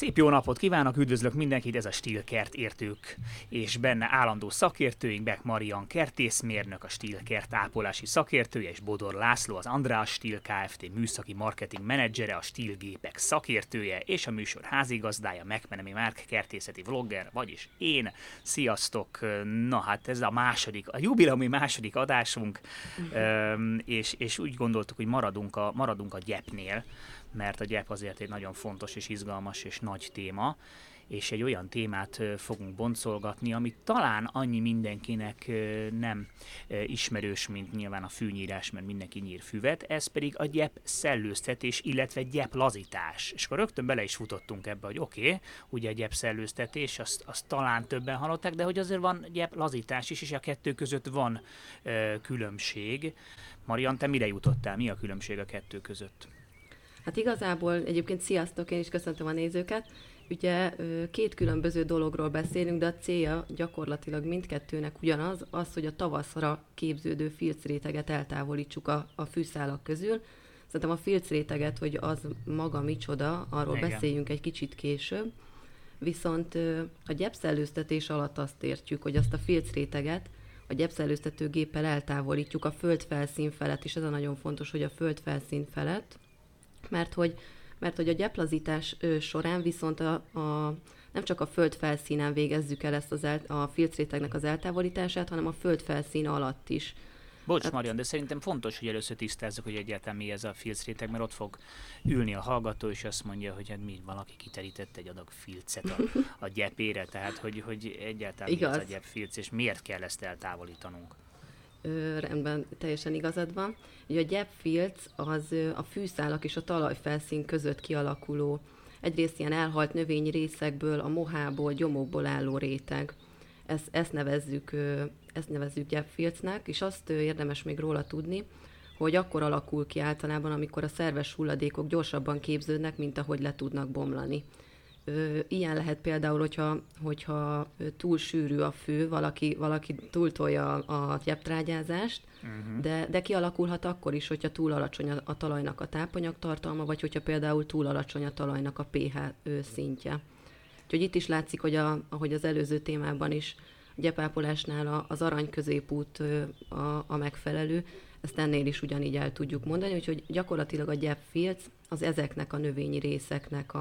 Szép jó napot kívánok, üdvözlök mindenkit, ez a Stílkert értők, és benne állandó szakértőink, Beck Marian kertészmérnök, a Stílkert ápolási szakértője, és Bodor László, az András Stíl Kft. Műszaki marketing menedzsere, a Stílgépek szakértője, és a műsor házigazdája, McMenemy Márk kertészeti vlogger, vagyis én. Sziasztok! Na hát ez a jubileumi második adásunk, és úgy gondoltuk, hogy maradunk a gyepnél, mert a gyep azért egy nagyon fontos és izgalmas és nagy téma, és egy olyan témát fogunk boncolgatni, ami talán annyi mindenkinek nem ismerős, mint nyilván a fűnyírás, mert mindenki nyír füvet, ez pedig a gyep szellőztetés, illetve gyeplazítás. És akkor rögtön bele is futottunk ebbe, hogy oké, ugye a gyep szellőztetés, azt talán többen hallották, de hogy azért van gyeplazítás is, és a kettő között van különbség. Marian, te mire jutottál? Mi a különbség a kettő között? Hát igazából egyébként sziasztok, én is köszöntöm a nézőket. Ugye két különböző dologról beszélünk, de a célja gyakorlatilag mindkettőnek ugyanaz, az, hogy a tavaszra képződő filcréteget eltávolítsuk a fűszálak közül. Szerintem a filcréteget, hogy az maga micsoda, arról Igen. Beszéljünk egy kicsit később. Viszont a gyepszellőztetés alatt azt értjük, hogy azt a filcréteget a gyepszellőztető géppel eltávolítjuk a földfelszín felett, és ez a nagyon fontos, hogy a földfelszín felett, mert hogy a gyeplazítás során viszont nem csak a föld felszínen végezzük el ezt a filcrétegnek az eltávolítását, hanem a föld felszín alatt is. Bocs, Marian, de szerintem fontos, hogy először tisztázzuk, hogy egyáltalán mi ez a filcréteg, mert ott fog ülni a hallgató, és azt mondja, hogy hát valaki kiterített egy adag filcet a gyepére, tehát hogy egyáltalán mi ez a gyepfilc, és miért kell ezt eltávolítanunk? Rendben, teljesen igazad van. Ugye a gyepfilc az a fűszálak és a talajfelszín között kialakuló, egyrészt ilyen elhalt növényi részekből, a mohából, gyomokból álló réteg. Ezt nevezzük gyepfilcnek, és azt érdemes még róla tudni, hogy akkor alakul ki általában, amikor a szerves hulladékok gyorsabban képződnek, mint ahogy le tudnak bomlani. Ilyen lehet például, hogyha túl sűrű a fű, valaki túltolja a gyeptrágyázást, de kialakulhat akkor is, hogyha túl alacsony a talajnak a tápanyagtartalma, vagy hogyha például túl alacsony a talajnak a pH szintje. Úgyhogy itt is látszik, hogy ahogy az előző témában is, a gyepápolásnál az arany középút a megfelelő, ezt ennél is ugyanígy el tudjuk mondani, úgyhogy gyakorlatilag a gyepfilc az ezeknek a növényi részeknek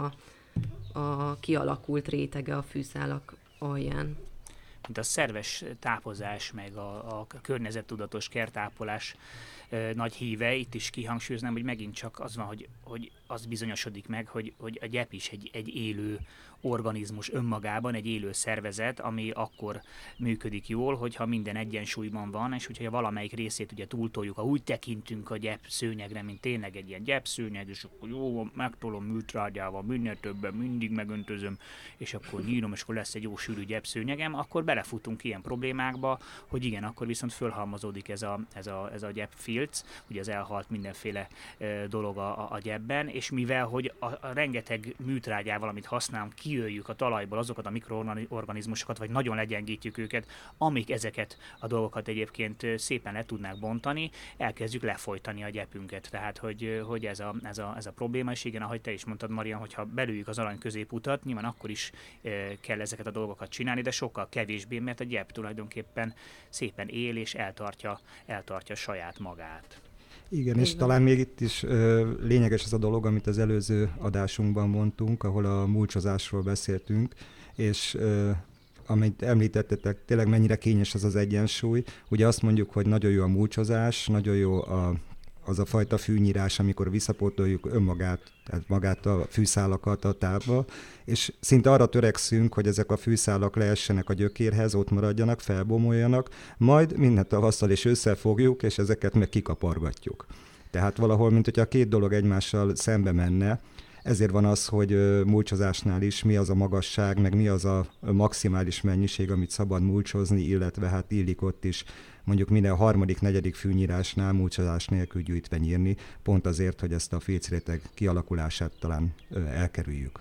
a kialakult rétege a fűszálak alján. Mint a szerves tápozás, meg a környezettudatos kertápolás nagy híve, itt is kihangsúlyoznám, hogy megint csak az van, hogy az bizonyosodik meg, hogy a gyep is egy élő organizmus önmagában, egy élő szervezet, ami akkor működik jól, hogyha minden egyensúlyban van, és hogyha valamelyik részét ugye túltoljuk, ha úgy tekintünk a gyep szőnyegre, mint tényleg egy ilyen gyep szőnyeg, és akkor jó, megtolom műtrágyával, minél többen, mindig megöntözöm, és akkor nyírom, és akkor lesz egy jó sűrű gyep szőnyegem, akkor belefutunk ilyen problémákba, hogy igen, akkor viszont fölhalmozódik ez a gyepfilc, ugye az elhalt mindenféle dolog a gyepben, és mivel, hogy a rengeteg műtrágyával, amit használunk, kiöljük a talajból azokat a mikroorganizmusokat, vagy nagyon legyengítjük őket, amik ezeket a dolgokat egyébként szépen le tudnák bontani, elkezdjük lefolytani a gyepünket. Tehát, hogy ez a probléma, és igen, ahogy te is mondtad, Marian, hogyha belüljük az arany középutat, nyilván akkor is kell ezeket a dolgokat csinálni, de sokkal kevésbé, mert a gyep tulajdonképpen szépen él, és eltartja saját magát. Igen, és talán még itt is lényeges ez a dolog, amit az előző adásunkban mondtunk, ahol a mulcsozásról beszéltünk, és amit említettetek, tényleg mennyire kényes az egyensúly. Ugye azt mondjuk, hogy nagyon jó a mulcsozás, nagyon jó az a fajta fűnyírás, amikor visszapótoljuk önmagát, tehát magát a fűszálakat a távba, és szinte arra törekszünk, hogy ezek a fűszálak leessenek a gyökérhez, ott maradjanak, felbomoljanak, majd minden tavasszal és ősszel fogjuk, és ezeket meg kikapargatjuk. Tehát valahol, mint hogyha a két dolog egymással szembe menne, ezért van az, hogy mulcsozásnál is mi az a magasság, meg mi az a maximális mennyiség, amit szabad mulcsozni, illetve hát illik ott is mondjuk minden harmadik, negyedik fűnyírásnál mulcsozás nélkül gyűjtve nyírni, pont azért, hogy ezt a filcréteg kialakulását talán elkerüljük.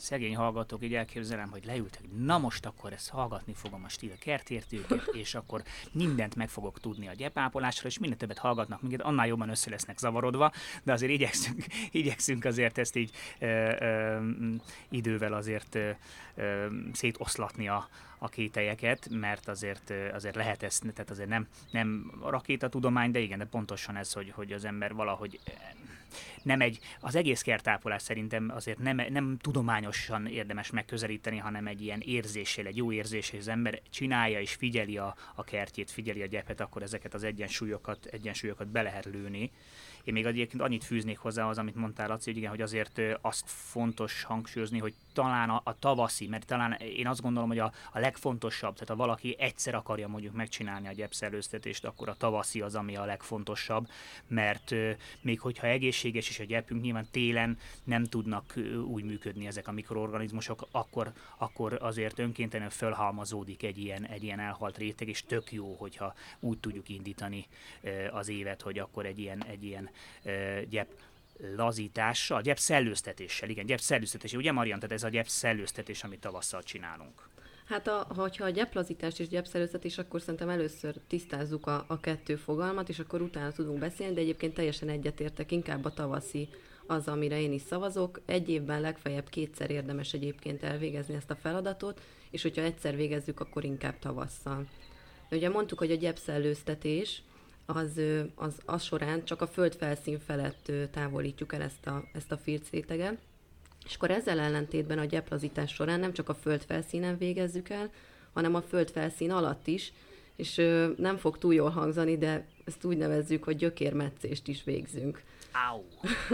szegény hallgatók, így elképzelem, hogy leültek, na most akkor ezt hallgatni fogom a Stíl kertértőket, és akkor mindent meg fogok tudni a gyepápolásról, és minél többet hallgatnak minket, annál jobban össze lesznek zavarodva, de azért igyekszünk azért ezt így idővel azért szétoszlatni a kételyeket, mert azért lehet ezt, tehát azért nem rakétatudomány, de igen, de pontosan ez, hogy az ember valahogy az egész kertápolás szerintem azért nem tudományosan érdemes megközelíteni, hanem egy ilyen érzéssel, egy jó érzéssel, hogy az ember csinálja és figyeli a kertjét, figyeli a gyepet, akkor ezeket az egyensúlyokat be lehet lőni. Én még egyébként annyit fűznék hozzá az, amit mondtál, Laci, hogy igen, hogy azért azt fontos hangsúlyozni, hogy talán a tavaszi, mert talán én azt gondolom, hogy a legfontosabb, tehát ha valaki egyszer akarja mondjuk megcsinálni a gyepszellőztetést, akkor a tavaszi az, ami a legfontosabb, mert még hogyha egészséges is a gyepünk, nyilván télen nem tudnak úgy működni ezek a mikroorganizmusok, akkor azért önkéntelen fölhalmazódik egy ilyen elhalt réteg, és tök jó, hogyha úgy tudjuk indítani az évet, hogy akkor egy ilyen gyep lazítással, gyepszellőztetéssel, igen, gyepszellőztetéssel. Ugye, Marian, tehát ez a gyepszellőztetés, amit tavasszal csinálunk. Hát hogyha a gyeplazítás és gyepszellőztetés, akkor szerintem először tisztázzuk a kettő fogalmat, és akkor utána tudunk beszélni, de egyébként teljesen egyetértek, inkább a tavaszi az, amire én is szavazok. Egy évben legfeljebb 2-szer érdemes egyébként elvégezni ezt a feladatot, és hogyha egyszer végezzük, akkor inkább tavasszal. De ugye mondtuk, hogy a gyepszellőztetés az során csak a földfelszín felett távolítjuk el ezt a filcréteget, és akkor ezzel ellentétben a gyeplazítás során nem csak a földfelszínen végezzük el, hanem a földfelszín alatt is, és nem fog túl jól hangzani, de ezt úgy nevezzük, hogy gyökérmetszést is végzünk. Au!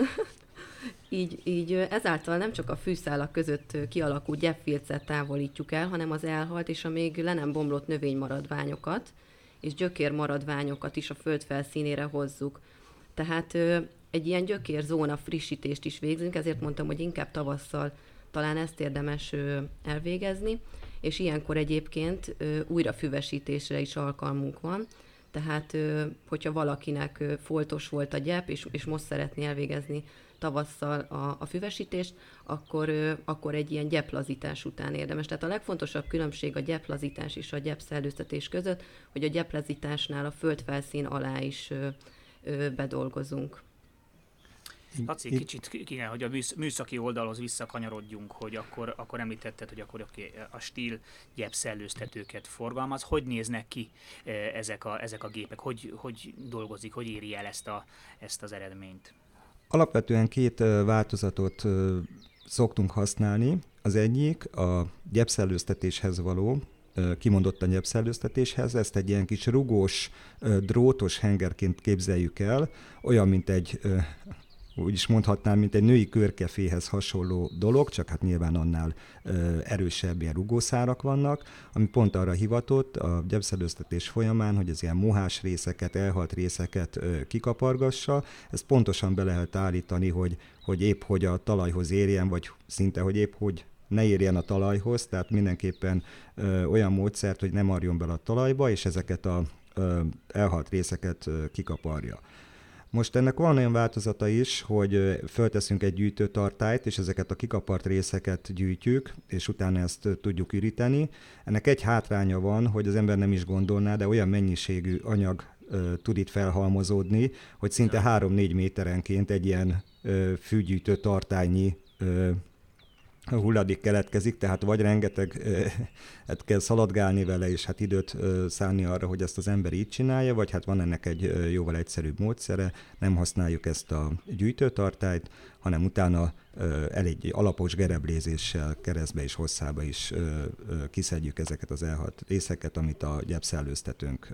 Így ezáltal nem csak a fűszálak között kialakult gyepfilcet távolítjuk el, hanem az elhalt és a még le nem bomlott növénymaradványokat, és gyökérmaradványokat is a föld felszínére hozzuk. Tehát egy ilyen gyökérzóna frissítést is végzünk, ezért mondtam, hogy inkább tavasszal talán ezt érdemes elvégezni, és ilyenkor egyébként újrafüvesítésre is alkalmunk van. Tehát, hogyha valakinek foltos volt a gyep, és most szeretné elvégezni tavasszal a füvesítést, akkor egy ilyen gyeplazítás után érdemes. Tehát a legfontosabb különbség a gyeplazítás és a gyepszellőztetés között, hogy a gyeplazításnál a földfelszín alá is bedolgozunk. Laci, kicsit kéne, hogy a műszaki oldalhoz visszakanyarodjunk, hogy akkor említetted, hogy akkor a Stihl gyepszellőztetőket forgalmaz. Hogy néznek ki ezek a gépek? Hogy dolgozik, hogy éri el ezt az eredményt? Alapvetően 2 változatot szoktunk használni. Az egyik a gyepszellőztetéshez való, kimondottan gyepszellőztetéshez, ezt egy ilyen kis rugós, drótos hengerként képzeljük el, olyan, mint egy, úgy is mondhatnám, mint egy női körkeféhez hasonló dolog, csak hát nyilván annál erősebb ilyen rugószárak vannak, ami pont arra hivatott a gyepszellőztetés folyamán, hogy az ilyen mohás részeket, elhalt részeket kikapargassa. Ezt pontosan be lehet állítani, hogy épp hogy a talajhoz érjen, vagy szinte, hogy épp hogy ne érjen a talajhoz, tehát mindenképpen olyan módszert, hogy ne marjon bele a talajba, és ezeket a elhalt részeket kikaparja. Most ennek van olyan változata is, hogy fölteszünk egy gyűjtőtartályt, és ezeket a kikapart részeket gyűjtjük, és utána ezt tudjuk üríteni. Ennek egy hátránya van, hogy az ember nem is gondolná, de olyan mennyiségű anyag tud itt felhalmozódni, hogy szinte 3-4 méterenként egy ilyen fűgyűjtőtartálynyi hulladék keletkezik, tehát vagy rengeteg kell szaladgálni vele, és hát időt szánni arra, hogy ezt az ember így csinálja, vagy hát van ennek egy jóval egyszerűbb módszere, nem használjuk ezt a gyűjtőtartályt, hanem utána egy alapos gereblézéssel keresztbe és hosszába is kiszedjük ezeket az elhalt részeket, amit a gyepszellőztetőnk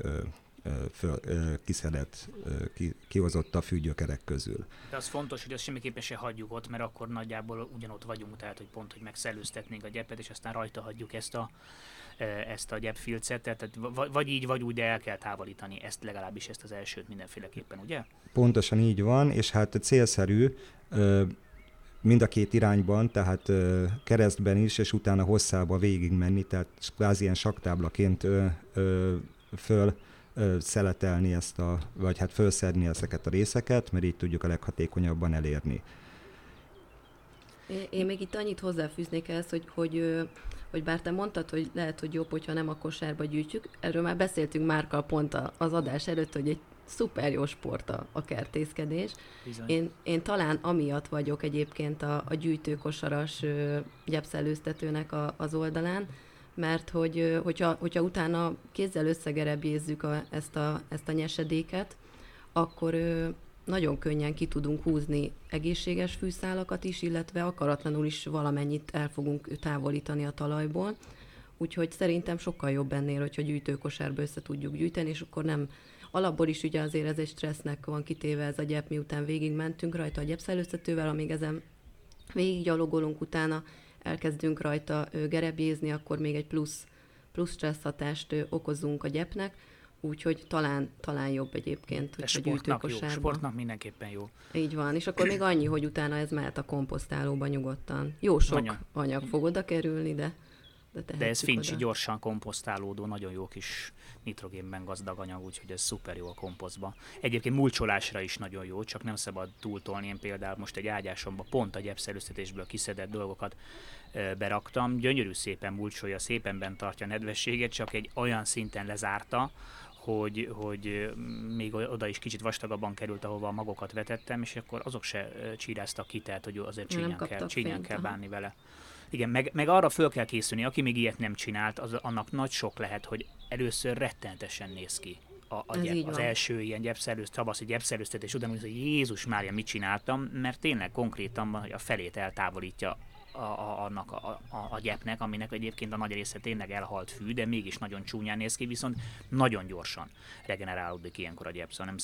kiszedett, kihozott a fűgyökerek közül. De az fontos, hogy azt semmiképpen se hagyjuk ott, mert akkor nagyjából ugyanott vagyunk, tehát hogy pont, hogy megszellőztetnénk a gyepet, és aztán rajta hagyjuk ezt a gyepfilcet, tehát vagy így, vagy úgy, de el kell távolítani legalábbis ezt az elsőt mindenféleképpen, ugye? Pontosan így van, és hát célszerű mind a 2 irányban, tehát keresztben is, és utána hosszába végig menni, tehát kvázi ilyen saktáblaként szeletelni vagy hát felszedni ezeket a részeket, mert így tudjuk a leghatékonyabban elérni. Én még itt annyit hozzáfűznék ehhez, hogy bár te mondtad, hogy lehet, hogy jobb, hogyha nem a kosárba gyűjtjük, erről már beszéltünk Márkkal pont az adás előtt, hogy egy szuper jó sport a kertészkedés. Én talán amiatt vagyok egyébként a gyűjtőkosaras gyepszellőztetőnek az oldalán, mert hogyha utána kézzel összegerebjézzük ezt a nyesedéket, akkor nagyon könnyen ki tudunk húzni egészséges fűszálakat is, illetve akaratlanul is valamennyit el fogunk távolítani a talajból. Úgyhogy szerintem sokkal jobb ennél, hogyha gyűjtőkosárba össze tudjuk gyűjteni, és akkor nem alapból is ugye azért ez egy stressznek van kitéve ez a gyep, miután végigmentünk rajta a gyepszellőztetővel, amíg ezen végiggyalogolunk, utána elkezdünk rajta gerebjézni, akkor még egy plusz stressz hatást okozunk a gyepnek, úgyhogy talán jobb egyébként, hogy a gyűjtőkosárban. Sportnak mindenképpen jó. Így van, és akkor még annyi, hogy utána ez mehet a komposztálóba nyugodtan. Jó sok anyag fog oda kerülni, de ez fincsi, gyorsan komposztálódó, nagyon jó kis nitrogénben gazdag anyag, úgyhogy ez szuper jó a komposztba. Egyébként mulcsolásra is nagyon jó, csak nem szabad túltolni. Én például most egy ágyásomba pont a gyepszellőztetésből kiszedett dolgokat beraktam. Gyönyörű szépen mulcsolja, szépen bent tartja a nedvességet, csak egy olyan szinten lezárta, hogy még oda is kicsit vastagabban került, ahova a magokat vetettem, és akkor azok se csíráztak ki, tehát hogy azért csínyán kell bánni vele. Igen, meg arra föl kell készülni, aki még ilyet nem csinált, annak nagy sok lehet, hogy először rettenetesen néz ki az első ilyen tavaszi gyepszellőztetés után, hogy Jézus Mária, mit csináltam, mert tényleg konkrétan a felét eltávolítja annak a gyepnek, aminek egyébként a nagy része tényleg elhalt fű, de mégis nagyon csúnyán néz ki, viszont nagyon gyorsan regenerálódik ilyenkor a gyep, szóval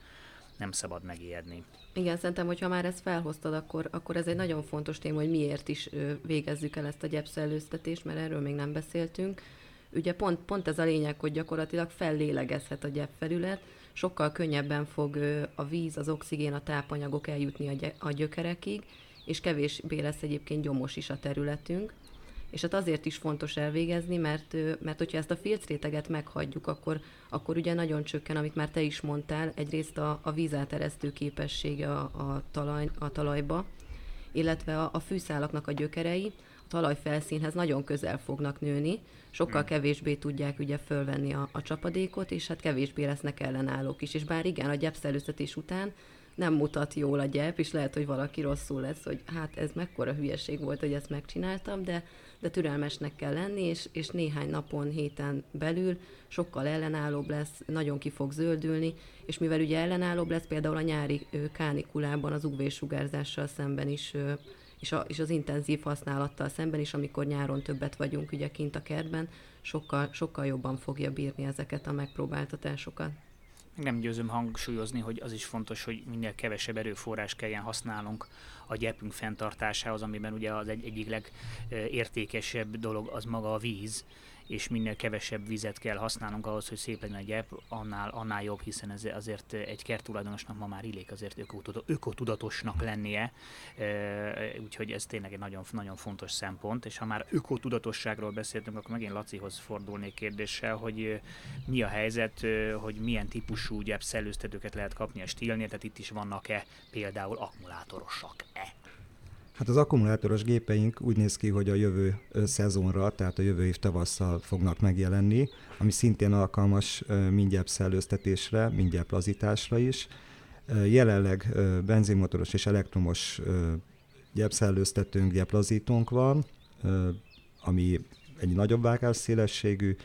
nem szabad megijedni. Igen, szerintem, hogyha már ezt felhoztad, akkor ez egy nagyon fontos téma, hogy miért is végezzük el ezt a gyepszellőztetést, mert erről még nem beszéltünk. Ugye pont ez a lényeg, hogy gyakorlatilag fellélegezhet a gyepfelület, sokkal könnyebben fog a víz, az oxigén, a tápanyagok eljutni a gyökerekig, és kevésbé lesz egyébként gyomos is a területünk. És hát azért is fontos elvégezni, mert hogyha ezt a filcréteget meghagyjuk, akkor ugye nagyon csökken, amit már te is mondtál, egyrészt a vízáteresztő képessége a talajba, illetve a fűszálaknak a gyökerei a talajfelszínhez nagyon közel fognak nőni, sokkal kevésbé tudják ugye fölvenni a csapadékot, és hát kevésbé lesznek ellenállók is. És bár igen, a gyepszellőztetés után nem mutat jól a gyep, és lehet, hogy valaki rosszul lesz, hogy hát ez mekkora hülyeség volt, hogy ezt megcsináltam, de türelmesnek kell lenni, és néhány napon, héten belül sokkal ellenállóbb lesz, nagyon ki fog zöldülni, és mivel ugye ellenállóbb lesz, például a nyári kánikulában az UV-sugárzással szemben is, és az intenzív használattal szemben is, amikor nyáron többet vagyunk ugye kint a kertben, sokkal jobban fogja bírni ezeket a megpróbáltatásokat. Nem győzöm hangsúlyozni, hogy az is fontos, hogy minél kevesebb erőforrás kelljen használnunk a gyepünk fenntartásához, amiben ugye az egyik legértékesebb dolog az maga a víz, és minél kevesebb vizet kell használnunk ahhoz, hogy szép legyen a gyep, annál jobb, hiszen ez azért egy kerttulajdonosnak ma már illik azért ökotudatosnak lennie, úgyhogy ez tényleg egy nagyon, nagyon fontos szempont, és ha már ökotudatosságról beszéltünk, akkor megint Lacihoz fordulnék kérdéssel, hogy mi a helyzet, hogy milyen típusú gyepszellőztetőket lehet kapni a Stihlnél, tehát itt is vannak-e például akkumulátorosak-e? Hát az akkumulátoros gépeink úgy néz ki, hogy a jövő szezonra, tehát a jövő év tavasszal fognak megjelenni, ami szintén alkalmas mind gyepszellőztetésre, mind gyeplazításra is. Jelenleg benzinmotoros és elektromos gyepszellőztetőnk, gyeplazítónk van, ami egy nagyobb vágásszélességű,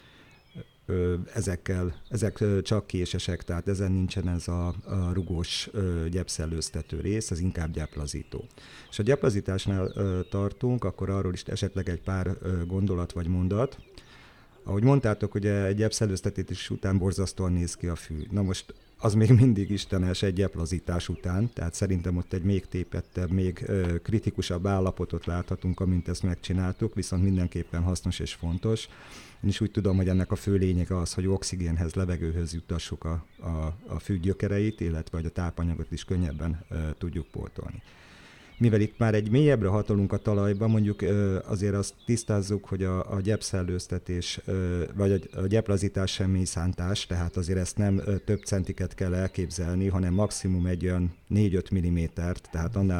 ezek csak késesek, tehát ezen nincsen ez a rugós gyepszellőztető rész, ez inkább gyeplazító. És a gyeplazításnál tartunk, akkor arról is esetleg egy pár gondolat vagy mondat. Ahogy mondtátok, ugye egy gyepszellőztetés után borzasztóan néz ki a fű. Na most az még mindig istenes egy gyeplazítás után, tehát szerintem ott egy még tépettebb, még kritikusabb állapotot láthatunk, amint ezt megcsináltuk, viszont mindenképpen hasznos és fontos. Én is úgy tudom, hogy ennek a fő lényege az, hogy oxigénhez, levegőhöz juttassuk a fű gyökereit, illetve hogy a tápanyagot is könnyebben tudjuk pótolni. Mivel itt már egy mélyebbre hatolunk a talajba, mondjuk azért azt tisztázzuk, hogy a gyepszellőztetés, vagy a gyeplazítás sem mélyszántás, tehát azért ezt nem több centiket kell elképzelni, hanem maximum egy olyan 4-5 mm, tehát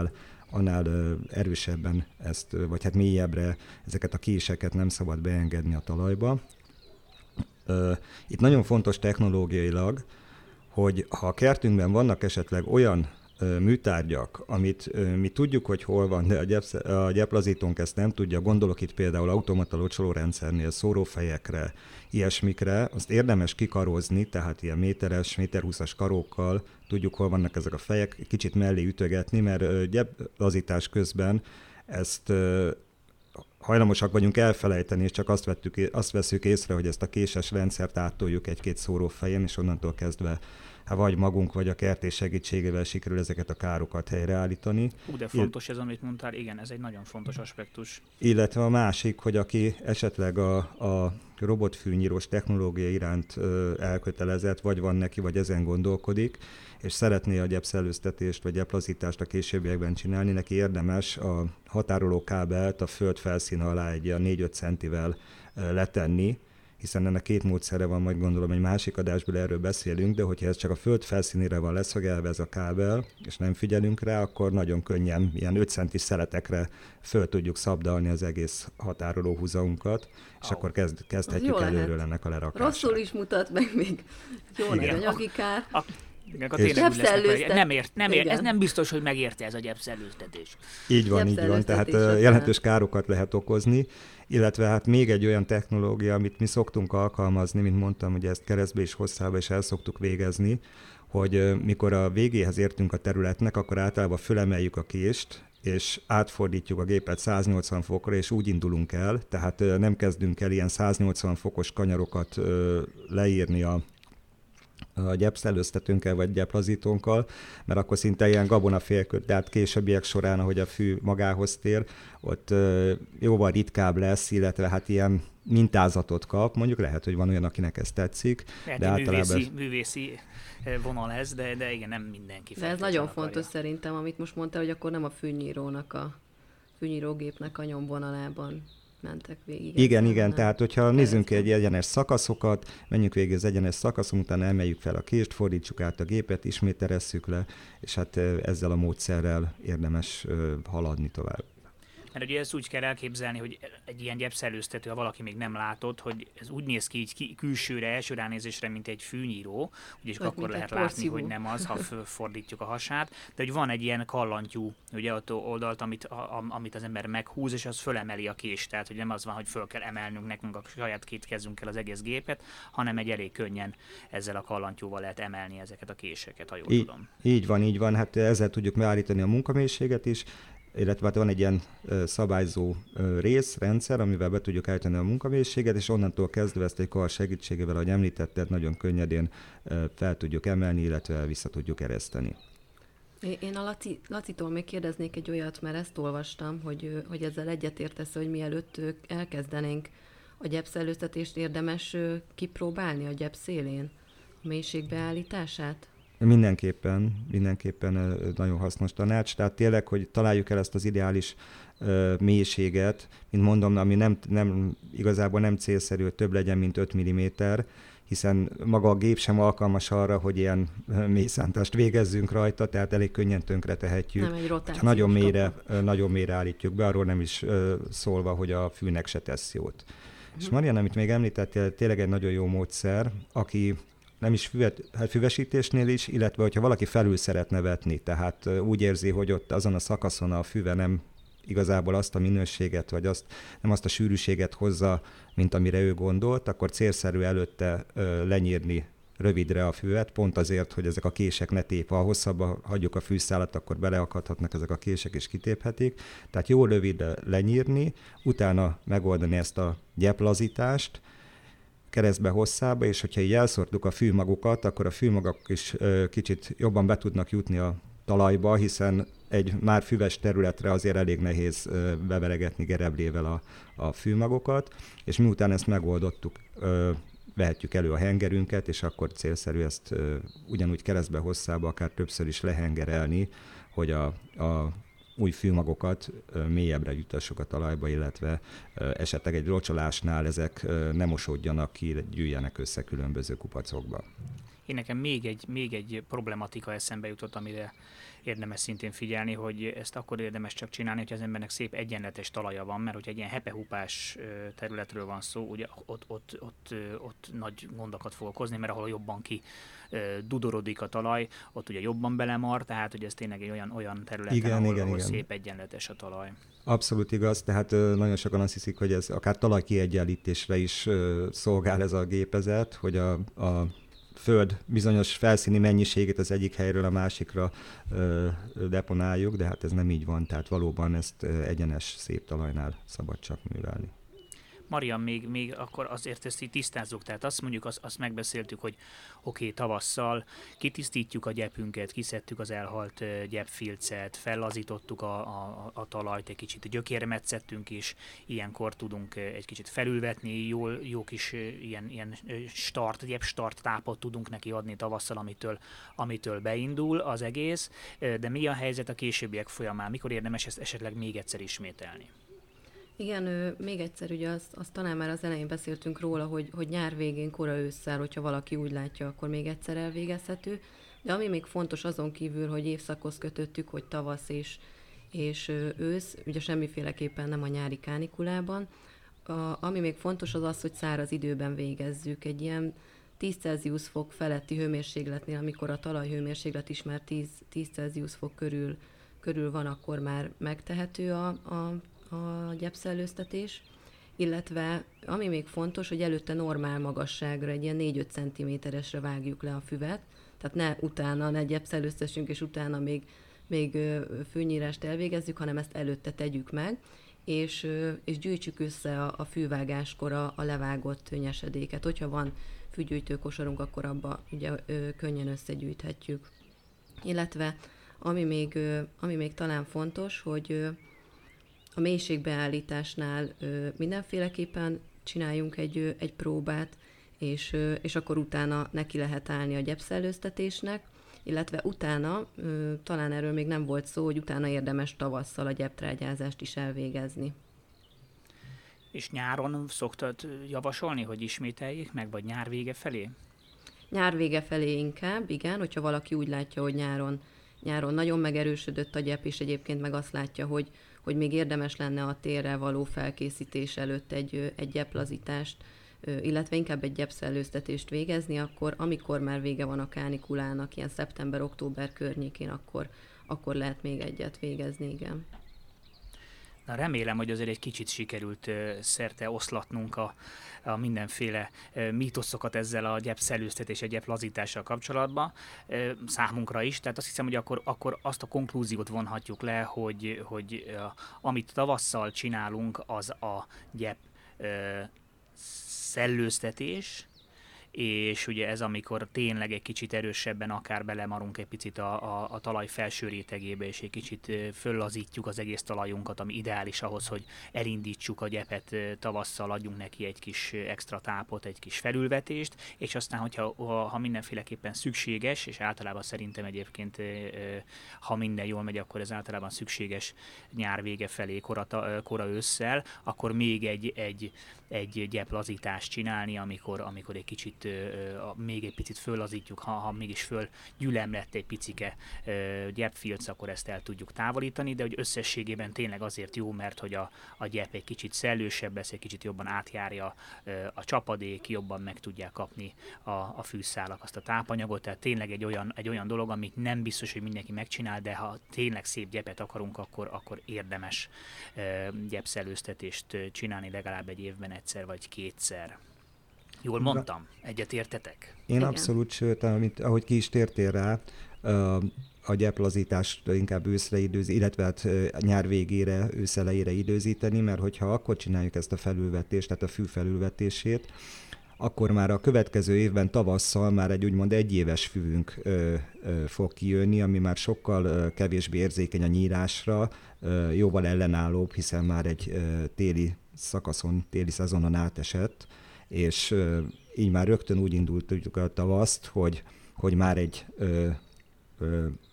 annál erősebben ezt, vagy hát mélyebbre ezeket a késeket nem szabad beengedni a talajba. Itt nagyon fontos technológiailag, hogy ha a kertünkben vannak esetleg olyan műtárgyak, amit mi tudjuk, hogy hol van, de a gyeplazítónk ezt nem tudja, gondolok itt például automata locsolórendszernél, szórófejekre, ilyesmikre, azt érdemes kikarozni, tehát ilyen méteres, méter 20-as karókkal tudjuk, hol vannak ezek a fejek, kicsit mellé ütögetni, mert gyeplazítás közben ezt hajlamosak vagyunk elfelejteni, és csak azt veszük észre, hogy ezt a késes rendszert áttoljuk egy-két szórófejen, és onnantól kezdve vagy magunk, vagy a kertész segítségével sikerül ezeket a károkat helyreállítani. De fontos ez, amit mondtál, igen, ez egy nagyon fontos aspektus. Illetve a másik, hogy aki esetleg a robotfűnyírós technológia iránt elkötelezett, vagy van neki, vagy ezen gondolkodik, és szeretné a gyepszellőztetést, vagy gyeplazítást a későbbiekben csinálni, neki érdemes a határoló kábelt a föld felszíne alá egy 4-5 centivel letenni, hiszen ennek két módszere van, majd gondolom egy másik adásból erről beszélünk, de hogyha ez csak a föld felszínére van leszögelve ez a kábel, és nem figyelünk rá, akkor nagyon könnyen ilyen 5 centis szeletekre föl tudjuk szabdalni az egész határoló húzaunkat, és akkor kezdhetjük előről ennek a lerakását. Rosszul is mutat meg még jó nagy anyagi kár. Ez nem biztos, hogy megérte ez a gyepszellőztetés. Így van, tehát jelentős károkat lehet okozni, illetve hát még egy olyan technológia, amit mi szoktunk alkalmazni, mint mondtam, hogy ezt keresztbe és hosszába is el szoktuk végezni, hogy mikor a végéhez értünk a területnek, akkor általában fölemeljük a kést, és átfordítjuk a gépet 180 fokra, és úgy indulunk el, tehát nem kezdünk el ilyen 180 fokos kanyarokat leírni a gyepszellőztetőnkkel vagy gyeplazítónkkal, mert akkor szinte ilyen gabonafélkör, tehát későbbiek során, ahogy a fű magához tér, ott jóval ritkább lesz, illetve hát ilyen mintázatot kap, mondjuk lehet, hogy van olyan, akinek ez tetszik. Lehet, de általában művészi vonal ez, de igen, nem mindenki. De ez nagyon fontos szerintem, amit most mondta, hogy akkor nem a fűnyírógépnek a nyomvonalában mentek végig. Igen, tehát hogyha nézzünk egy egyenes szakaszokat, menjünk végig az egyenes szakaszon, utána emeljük fel a kést, fordítsuk át a gépet, ismét eresszük le, és hát ezzel a módszerrel érdemes haladni tovább. Mert ugye ezt úgy kell elképzelni, hogy egy ilyen gyepszellőztető, ha valaki még nem látott, hogy ez úgy néz ki így külsőre, első ránézésre, mint egy fűnyíró, úgyis akkor lehet látni, hogy nem az, ha fordítjuk a hasát, de hogy van egy ilyen kallantyú, ugye ott oldalt, amit az ember meghúz, és az fölemeli a kést, tehát hogy nem az van, hogy föl kell emelnünk nekünk a saját két kezünkkel az egész gépet, hanem egy elég könnyen ezzel a kallantyúval lehet emelni ezeket a késeket, ha jól tudom. Így van, hát ezzel tudjuk megállítani a munkamélységet is, illetve hát van egy ilyen szabályzó rendszer, amivel be tudjuk állítani a munkamélységet, és onnantól kezdve ezt egy kar segítségével, ahogy említetted, nagyon könnyedén fel tudjuk emelni, illetve vissza tudjuk ereszteni. Én a Lacitól még kérdeznék egy olyat, mert ezt olvastam, hogy ezzel egyetértesz, hogy mielőtt elkezdenénk a gyepszellőztetést, érdemes kipróbálni a gyep szélén a mélységbeállítását? Mindenképpen nagyon hasznos tanács. Tehát tényleg, hogy találjuk el ezt az ideális mélységet, mint mondom, ami igazából nem célszerű, hogy több legyen, mint 5 mm, hiszen maga a gép sem alkalmas arra, hogy ilyen mélyszántást végezzünk rajta, tehát elég könnyen tönkre tehetjük. Nem egy rotációs nagyon mélyre állítjuk be, arról nem is szólva, hogy a fűnek se tesz jót. És Marian, amit még említettél, tényleg egy nagyon jó módszer, aki nem is füvesítésnél is, illetve hogyha valaki felül szeretne vetni, tehát úgy érzi, hogy ott azon a szakaszon a füve nem igazából azt a minőséget, vagy nem azt a sűrűséget hozza, mint amire ő gondolt, akkor célszerű előtte lenyírni rövidre a füvet, pont azért, hogy ezek a kések ne tépve. Ha hosszabbra hagyjuk a fűszálat, akkor beleakadhatnak ezek a kések és kitéphetik. Tehát jó rövidre lenyírni, utána megoldani ezt a gyeplazítást, keresztbe hosszába, és hogyha így elszórtuk a fűmagokat, akkor a fűmagok is kicsit jobban be tudnak jutni a talajba, hiszen egy már füves területre azért elég nehéz beveregetni gereblével a fűmagokat, és miután ezt megoldottuk, vehetjük elő a hengerünket, és akkor célszerű ezt ugyanúgy keresztbe hosszába, akár többször is lehengerelni, hogy a új fűmagokat mélyebbre juttassuk a talajba, illetve esetleg egy locsolásnál ezek ne mosódjanak ki, gyűjjenek össze különböző kupacokba. Én nekem még egy problematika eszembe jutott, amire érdemes szintén figyelni, hogy ezt akkor érdemes csak csinálni, hogy az embernek szép egyenletes talaja van, mert hogyha egy ilyen hepehupás területről van szó, ugye ott nagy gondokat fog okozni, mert ahol jobban ki dudorodik a talaj, ott ugye jobban belemar, tehát hogy ez tényleg egy olyan területen, ahol szép egyenletes a talaj. Abszolút igaz, tehát nagyon sokan azt hiszik, hogy ez akár talajkiegyenlítésre is szolgál ez a gépezet, hogy a föld bizonyos felszíni mennyiségét az egyik helyről a másikra deponáljuk, de hát ez nem így van, tehát valóban ezt egyenes, szép talajnál szabad csak művelni. Marian, még akkor azért ezt így tisztázzuk, tehát azt mondjuk, azt megbeszéltük, hogy oké, tavasszal kitisztítjuk a gyepünket, kiszedtük az elhalt gyepfilcet, fellazítottuk a talajt, egy kicsit gyökérmetszettünk is, ilyenkor tudunk egy kicsit felülvetni, jó kis ilyen gyepstart tápot tudunk neki adni tavasszal, amitől beindul az egész, de mi a helyzet a későbbiek folyamán, mikor érdemes ezt esetleg még egyszer ismételni? Igen, még egyszer, ugye azt talán már az elején beszéltünk róla, hogy nyár végén, kora ősszel, hogyha valaki úgy látja, akkor még egyszer elvégezhető. De ami még fontos azon kívül, hogy évszakhoz kötöttük, hogy tavasz és ősz, ugye semmiféleképpen nem a nyári kánikulában. Ami még fontos az az, hogy száraz időben végezzük. Egy ilyen 10 Celsius fok feletti hőmérsékletnél, amikor a talajhőmérséklet is már 10 Celsius fok körül van, akkor már megtehető a gyepszellőztetés, illetve ami még fontos, hogy előtte normál magasságra, egy ilyen 4-5 cm-esre vágjuk le a füvet, tehát ne gyepszellőztessünk, és utána még fűnyírást elvégezzük, hanem ezt előtte tegyük meg, és gyűjtsük össze a fűvágáskor a levágott nyesedéket. Hogyha van fűgyűjtőkosarunk, akkor abba ugye könnyen összegyűjthetjük. Illetve ami még talán fontos, hogy a mélységbeállításnál mindenféleképpen csináljunk egy próbát, és akkor utána neki lehet állni a gyepszellőztetésnek, illetve utána, talán erről még nem volt szó, hogy utána érdemes tavasszal a gyeptrágyázást is elvégezni. És nyáron szoktad javasolni, hogy ismételjék meg, vagy nyár vége felé? Nyár vége felé inkább, igen, hogyha valaki úgy látja, hogy nyáron nagyon megerősödött a gyep, és egyébként meg azt látja, hogy még érdemes lenne a térrel való felkészítés előtt egy gyeplazítást, illetve inkább egy gyepszellőztetést végezni, akkor amikor már vége van a kánikulának, ilyen szeptember-október környékén, akkor lehet még egyet végezni, igen. Na, remélem, hogy azért egy kicsit sikerült szerte oszlatnunk a mindenféle mítoszokat ezzel a gyepszellőztetés, a gyeplazítással kapcsolatban számunkra is. Tehát azt hiszem, hogy akkor azt a konklúziót vonhatjuk le, hogy amit tavasszal csinálunk, az a gyep szellőztetés, és ugye ez amikor tényleg egy kicsit erősebben akár belemarunk egy picit a talaj felső rétegébe, és egy kicsit föllazítjuk az egész talajunkat, ami ideális ahhoz, hogy elindítsuk a gyepet tavasszal, adjunk neki egy kis extra tápot, egy kis felülvetést, és aztán, ha mindenféleképpen szükséges, és általában szerintem egyébként, ha minden jól megy, akkor ez általában szükséges nyár vége felé, kora ősszel, akkor még egy gyeplazítást csinálni, amikor egy kicsit még egy picit föllazítjuk, ha mégis fölgyülemlett egy picike gyepfilc, akkor ezt el tudjuk távolítani, de hogy összességében tényleg azért jó, mert hogy a gyep egy kicsit szellősebb lesz, egy kicsit jobban átjárja a csapadék, jobban meg tudják kapni a fűszálak azt a tápanyagot, tehát tényleg egy olyan dolog, amit nem biztos, hogy mindenki megcsinál, de ha tényleg szép gyepet akarunk, akkor érdemes gyepszellőztetést csinálni legalább egy évben egyszer vagy kétszer. Jól mondtam? Egyetértetek? Én Igen. abszolút, sőt, ahogy ki is tértél rá, a gyeplazítást inkább őszre illetve hát nyár végére, ősz elejére időzíteni, mert hogyha akkor csináljuk ezt a felülvetést, tehát a fű felülvetését, akkor már a következő évben tavasszal már egy úgymond egyéves füvünk fog kijönni, ami már sokkal kevésbé érzékeny a nyírásra, jóval ellenállóbb, hiszen már egy téli szezonon átesett, és így már rögtön úgy indultuk a tavaszt, hogy már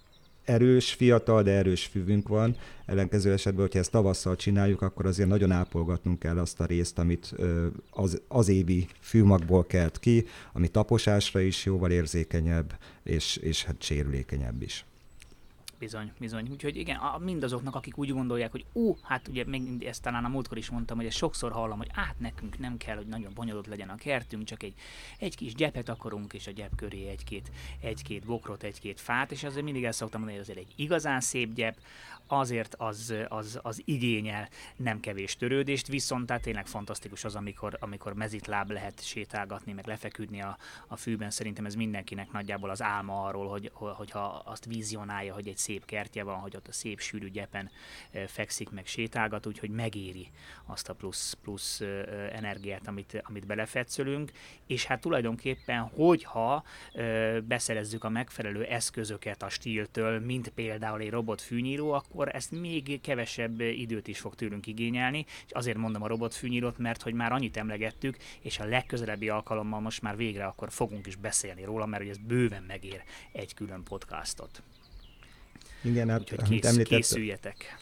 erős, fiatal, de erős füvünk van. Ellenkező esetben, hogyha ezt tavasszal csináljuk, akkor azért nagyon ápolgatnunk kell azt a részt, amit az évi fűmagból kelt ki, ami taposásra is jóval érzékenyebb, és hát sérülékenyebb is. Bizony. Úgyhogy igen, mindazoknak, akik úgy gondolják, hogy hát ugye még ezt talán a múltkor is mondtam, hogy ezt sokszor hallom, hogy nekünk nem kell, hogy nagyon bonyolult legyen a kertünk, csak egy kis gyepet akarunk, és a gyep köré egy-két bokrot, egy-két fát, és azért mindig el szoktam mondani, hogy azért egy igazán szép gyep, azért az igényel nem kevés törődést, viszont tehát tényleg fantasztikus az, amikor mezitláb lehet sétálgatni, meg lefeküdni a fűben. Szerintem ez mindenkinek nagyjából az álma arról, hogyha azt vizionálja, hogy egy szép kertje van, hogy ott a szép sűrű gyepen fekszik, meg sétálgat, úgyhogy megéri azt a plusz energiát, amit belefetszölünk, és hát tulajdonképpen, hogyha beszerezzük a megfelelő eszközöket a stíltől, mint például egy robotfűnyíró, akkor ezt még kevesebb időt is fog tőlünk igényelni, és azért mondom a robotfűnyírót, mert hogy már annyit emlegettük, és a legközelebbi alkalommal most már végre akkor fogunk is beszélni róla, mert hogy ez bőven megér egy külön podcastot. Igen, hát úgyhogy készüljetek.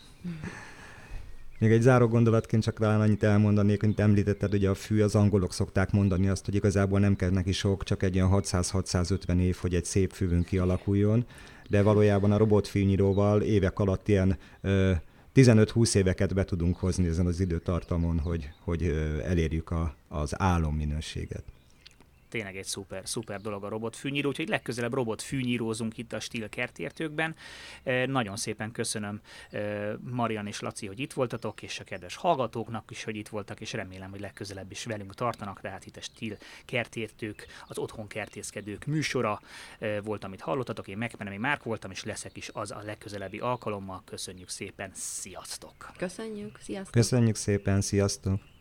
Még egy záró gondolatként csak talán annyit elmondanék, mint említetted, ugye a fű, az angolok szokták mondani azt, hogy igazából nem kell neki sok, csak egy ilyen 600-650 év, hogy egy szép fűvünk kialakuljon, de valójában a robotfűnyíróval évek alatt ilyen 15-20 éveket be tudunk hozni ezen az időtartamon, hogy elérjük az álomminőséget. Tényleg egy szuper dolog a robotfűnyíró, úgyhogy legközelebb robotfűnyírózunk itt a Stihl kertértőkben. Nagyon szépen köszönöm Marian és Laci, hogy itt voltatok, és a kedves hallgatóknak is, hogy itt voltak, és remélem, hogy legközelebb is velünk tartanak, tehát itt a Stihl kertértők, az otthon kertészkedők műsora volt, amit hallottatok, én Megmenemi Márk voltam, és leszek is az a legközelebbi alkalommal. Köszönjük szépen, sziasztok! Köszönjük, sziasztok! Köszönjük szépen, sziasztok!